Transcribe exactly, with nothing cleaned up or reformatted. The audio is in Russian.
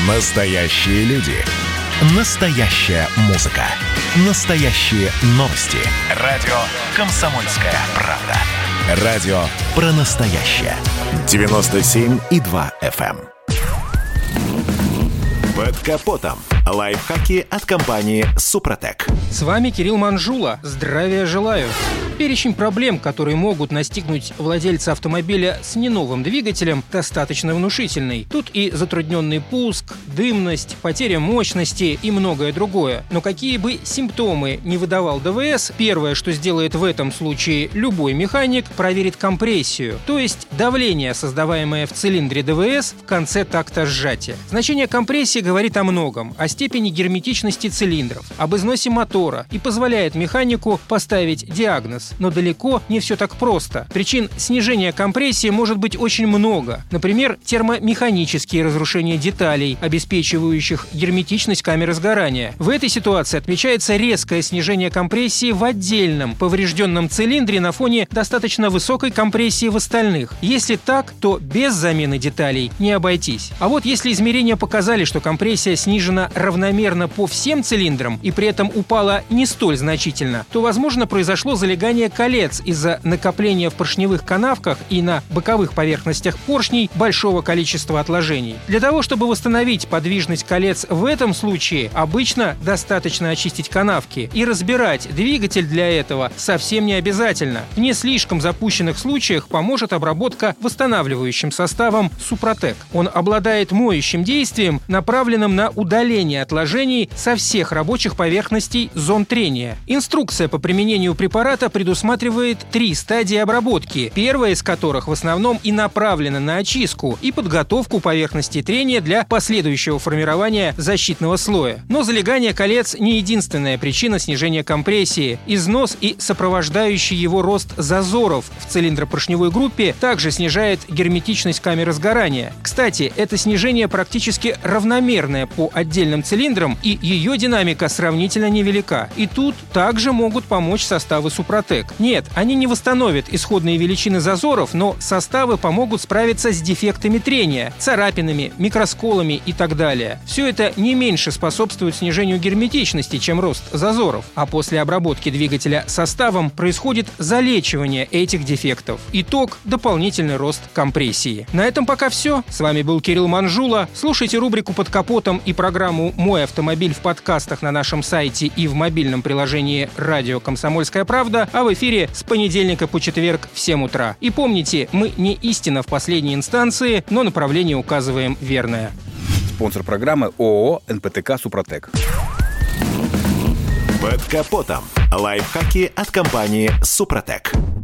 Настоящие люди. Настоящая музыка. Настоящие новости. Радио «Комсомольская правда». Радио про настоящее. девяносто семь и два эф эм. Под капотом. Лайфхаки от компании «Супротек». С вами Кирилл Манжула. Здравия желаю. Перечень проблем, которые могут настигнуть владельца автомобиля с неновым двигателем, достаточно внушительный. Тут и затрудненный пуск, дымность, потеря мощности и многое другое. Но какие бы симптомы не выдавал ДВС, первое, что сделает в этом случае любой механик, проверит компрессию, то есть давление, создаваемое в цилиндре ДВС в конце такта сжатия. Значение компрессии говорит о многом: о степени герметичности цилиндров, об износе мотора и позволяет механику поставить диагноз. Но далеко не все так просто. Причин снижения компрессии может быть очень много. Например, термомеханические разрушения деталей, обеспечивающих герметичность камеры сгорания. В этой ситуации отмечается резкое снижение компрессии в отдельном поврежденном цилиндре на фоне достаточно высокой компрессии в остальных. Если так, то без замены деталей не обойтись. А вот если измерения показали, что компрессия снижена равномерно по всем цилиндрам и при этом упала не столь значительно, то, возможно, произошло залегание колец из-за накопления в поршневых канавках и на боковых поверхностях поршней большого количества отложений. Для того, чтобы восстановить подвижность колец в этом случае, обычно достаточно очистить канавки, и разбирать двигатель для этого совсем не обязательно. В не слишком запущенных случаях поможет обработка восстанавливающим составом «Супротек». Он обладает моющим действием, направленным на удаление отложений со всех рабочих поверхностей зон трения. Инструкция по применению препарата предусматривает три стадии обработки, первая из которых в основном и направлена на очистку и подготовку поверхности трения для последующего формирования защитного слоя. Но залегание колец не единственная причина снижения компрессии. Износ и сопровождающий его рост зазоров в цилиндропоршневой группе также снижает герметичность камеры сгорания. Кстати, это снижение практически равномерное по отдельным цилиндрам, и ее динамика сравнительно невелика. И тут также могут помочь составы «Супротек». Нет, они не восстановят исходные величины зазоров, но составы помогут справиться с дефектами трения, царапинами, микросколами и так далее. Все это не меньше способствует снижению герметичности, чем рост зазоров. А после обработки двигателя составом происходит залечивание этих дефектов. Итог – дополнительный рост компрессии. На этом пока все. С вами был Кирилл Манжула. Слушайте рубрику «Под капотом» и программу «Мой автомобиль» в подкастах на нашем сайте и в мобильном приложении «Радио Комсомольская правда», а в эфире с понедельника по четверг в семь утра. И помните, мы не истина в последней инстанции, но направление указываем верное. Спонсор программы ООО эн пэ тэ ка «Супротек». Под капотом. Лайфхаки от компании «Супротек».